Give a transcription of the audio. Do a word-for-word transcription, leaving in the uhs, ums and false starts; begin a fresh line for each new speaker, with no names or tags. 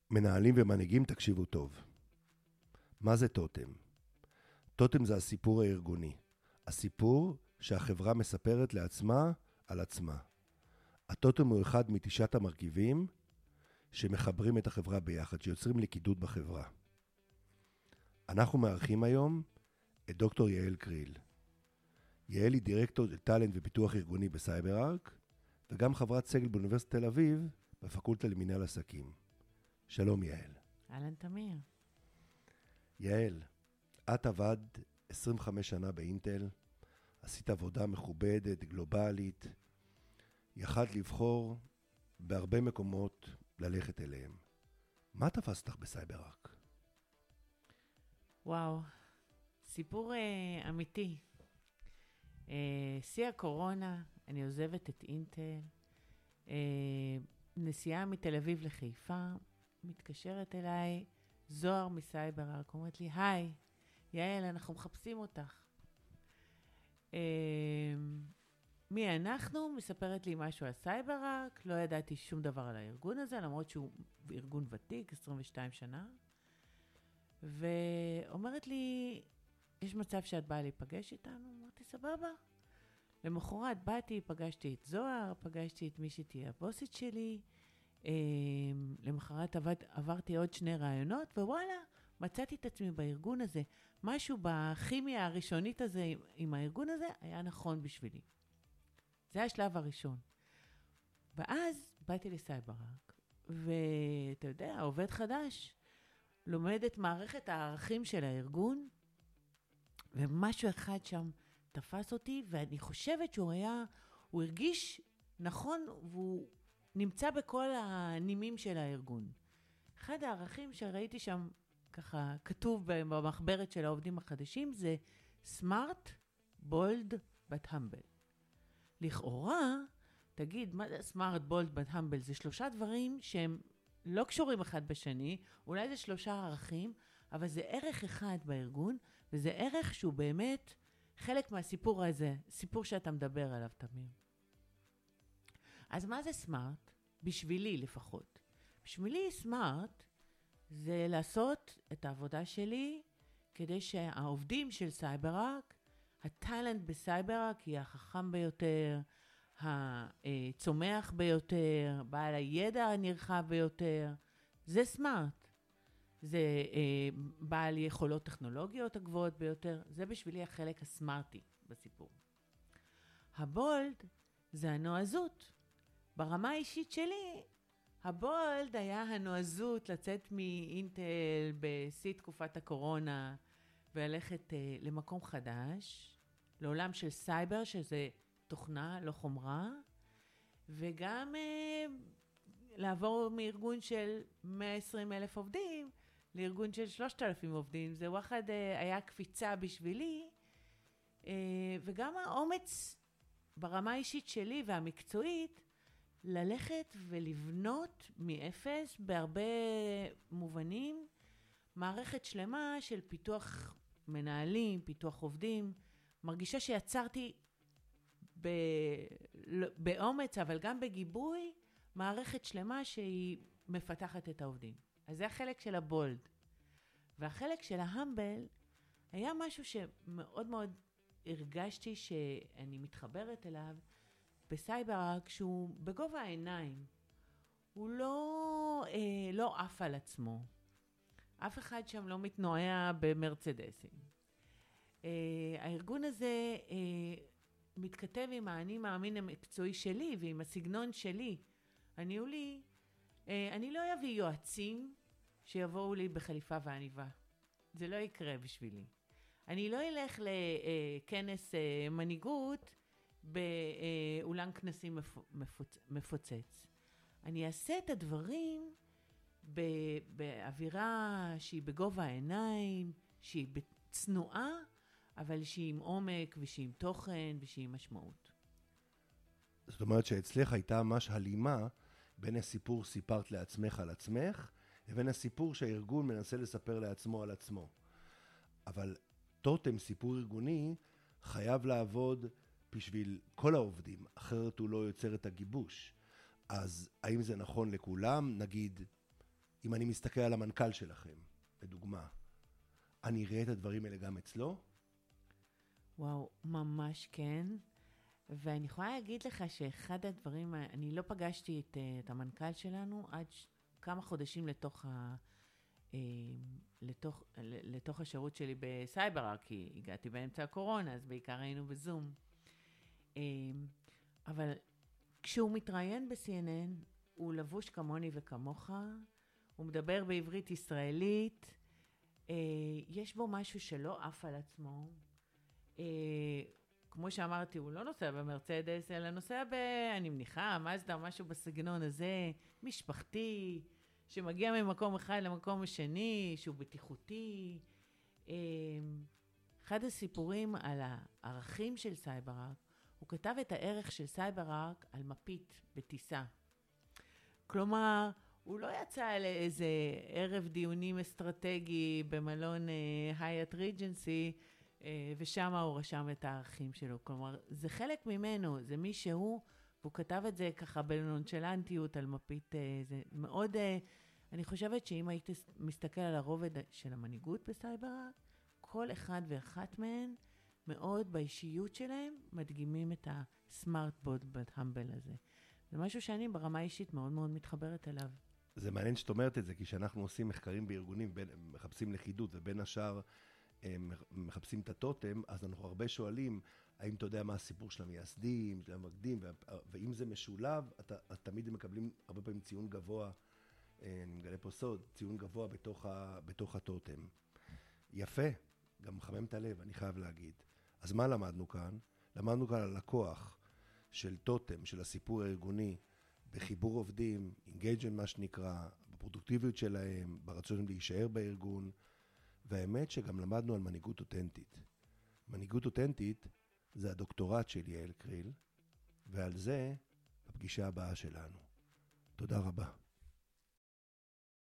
מנהלים ומנהיגים, תקשיבו טוב. מה זה טוטם? טוטם זה הסיפור הארגוני. הסיפור שהחברה מספרת לעצמה על עצמה. הטוטם הוא אחד מתשעת המרכיבים שמחברים את החברה ביחד, שיוצרים לכידות בחברה. אנחנו מארחים היום את דוקטור יעל קריל. יעל היא דירקטור של טלנט ופיתוח ארגוני בסייברארק, וגם חברת סגל באוניברסיטת תל אביב, בפקולטה למנהל עסקים. שלום יעל.
אהלן תמיר.
יעל, את עבדת עשרים וחמש שנה באינטל, עשית עבודה מכובדת, גלובלית, יכלת לבחור בהרבה מקומות ללכת אליהם. מה תפס אותך בסייברארק?
וואו, סיפור אה, אמיתי. אה, שיא הקורונה, אני עוזבת את אינטל, אה, נסיעה מתל אביב לחיפה, מתקשרת אליי, זוהר מסייברארק, אומרת לי, היי, יעל, אנחנו מחפשים אותך. אה, מי אנחנו? מספרת לי משהו על סייברארק, לא ידעתי שום דבר על הארגון הזה, למרות שהוא ארגון ותיק, עשרים ושתיים שנה. ואומרת לי, יש מצב שאת באה להיפגש איתנו? אמרתי, סבבה. למחרת באתי, פגשתי את זוהר, פגשתי את מי שתהיה הבוסית שלי. למחרת עבד, עברתי עוד שני רעיונות, ווואלה, מצאתי את עצמי בארגון הזה. משהו בכימיה הראשונית הזה עם, עם הארגון הזה היה נכון בשבילי. זה השלב הראשון. ואז באתי לסייברארק, ואתה יודע, עובד חדש, לומד את מערכת הערכים של הארגון, ומשהו אחד שם תפס אותי, ואני חושבת שהוא היה, הוא הרגיש נכון, והוא נמצא בכל הנימים של הארגון. אחד הערכים שראיתי שם, ככה כתוב במחברת של העובדים החדשים, זה smart, bold, but humble. לכאורה, תגיד, מה זה smart, bold, but humble? זה שלושה דברים שהם לא קשורים אחד בשני, אולי זה שלושה ערכים, אבל זה ערך אחד בארגון, וזה ערך שהוא באמת חלק מהסיפור הזה, סיפור שאתה מדבר עליו, תמיר. אז מה זה סמארט? בשבילי לפחות. בשבילי סמארט זה לעשות את העבודה שלי, כדי שהעובדים של סייברארק, הטלנט בסייברארק יהיה החכם ביותר, הצומח ביותר, בעל הידע הנרחב ביותר. זה סמארט. זה אה, בעל יכולות טכנולוגיות הגבוהות ביותר. זה בשבילי החלק הסמארטי בסיפור. הבולד זה הנועזות. ברמה האישית שלי, הבולד היה הנועזות לצאת מאינטל בשיא תקופת הקורונה, וללכת אה, למקום חדש, לעולם של סייבר, שזה תוכנה, לא חומרה, וגם אה, לעבור מארגון של מאה ועשרים אלף עובדים, לארגון של שלושת אלפים עובדים. זה וואחד אה, היה קפיצה בשבילי, אה, וגם האומץ ברמה האישית שלי והמקצועית, ללכת ולבנות מאפס בהרבה מובנים, מערכת שלמה של פיתוח מנהלים, פיתוח עובדים. מרגישה שיצרתי ב... באומץ, אבל גם בגיבוי, מערכת שלמה שהיא מפתחת את העובדים. אז זה החלק של הבולד. והחלק של ההמבל היה משהו שמאוד מאוד הרגשתי שאני מתחברת אליו בסייברארק, שהוא בגובה העיניים. הוא לא, אה, לא עף על עצמו. אף אחד שם לא מתנועע במרצדסים. אה, הארגון הזה אה, מתכתב עם האני מאמין המקצועי שלי ועם הסגנון שלי. הניהולי, אה, אני לא אביא יועצים שיבואו לי בחליפה ועניבה. זה לא יקרה בשבילי. אני לא אלך לכנס אה, מנהיגות באולם כנסים מפוצ... מפוצץ. אני אעשה את הדברים באווירה שהיא בגובה העיניים, שהיא בצנועה, אבל שהיא עם עומק ושהיא עם תוכן ושהיא עם משמעות.
זאת אומרת שאצלך הייתה ממש הלימה בין הסיפור סיפרת לעצמך על עצמך, לבין הסיפור שהארגון מנסה לספר לעצמו על עצמו. אבל טוטם, סיפור ארגוני, חייב לעבוד בשביל כל העובדים, אחרת הוא לא יוצר את הגיבוש. אז האם זה נכון לכולם? נגיד, אם אני מסתכל על המנכ"ל שלכם, לדוגמה, אני אראה את הדברים האלה גם אצלו?
וואו, ממש כן. ואני יכולה להגיד לך שאחד הדברים, אני לא פגשתי את, את המנכ"ל שלנו עד ש, כמה חודשים לתוך, ה, לתוך, לתוך השירות שלי בסייברארק, כי הגעתי באמצע הקורונה, אז בעיקר היינו בזום. אבל כשהוא מתראיין ב-סי אן אן, הוא לבוש כמוני וכמוך, הוא מדבר בעברית ישראלית, יש בו משהו שלא עף על עצמו, כמו שאמרתי, הוא לא נוסע במרצדס, אלא נוסע ב... אני מניחה, מזדה, משהו בסגנון הזה, משפחתי, שמגיע ממקום אחד למקום השני, שהוא בטיחותי. אחד הסיפורים על הערכים של סייברארק, הוא כתב את הערך של סייברארק על מפית בטיסה. כלומר, הוא לא יצא לאיזה ערב דיונים אסטרטגי במלון הייט ריג'נסי, ושם הוא רשם את הערכים שלו. כלומר, זה חלק ממנו, זה מי שהוא, והוא כתב את זה ככה בנונשלנטיות על מפית, זה מאוד, אני חושבת שאם היית מסתכל על הרובד של המנהיגות בסייברארק, כל אחד ואחת מהן, מאוד באישיות שלהם, מדגימים את הסמארט בוט בהמבל הזה. זה משהו שאני ברמה אישית מאוד מאוד מתחברת אליו.
זה מעניין שאת אומרת את זה, כי כשאנחנו עושים מחקרים בארגונים, בין, מחפשים לכידות, ובין השאר מחפשים את הטוטם, אז אנחנו הרבה שואלים, האם אתה יודע מה הסיפור של המייסדים, של המקדים, ואם זה משולב, אתה, תמיד הם מקבלים הרבה פעמים ציון גבוה, אני מגלה פה סוד, ציון גבוה בתוך, ה, בתוך הטוטם. יפה, גם מחמם את הלב, אני חייב להגיד. אז מה למדנו כאן? למדנו כאן על הכוח של טוטם, של הסיפור הארגוני, בחיבור עובדים, אינגייג'מנט מה שנקרא, בפרודוקטיביות שלהם, ברצון להישאר בארגון, והאמת שגם למדנו על מנהיגות אותנטית. מנהיגות אותנטית זה הדוקטורט של יעל קריל, ועל זה הפגישה הבאה שלנו. תודה רבה.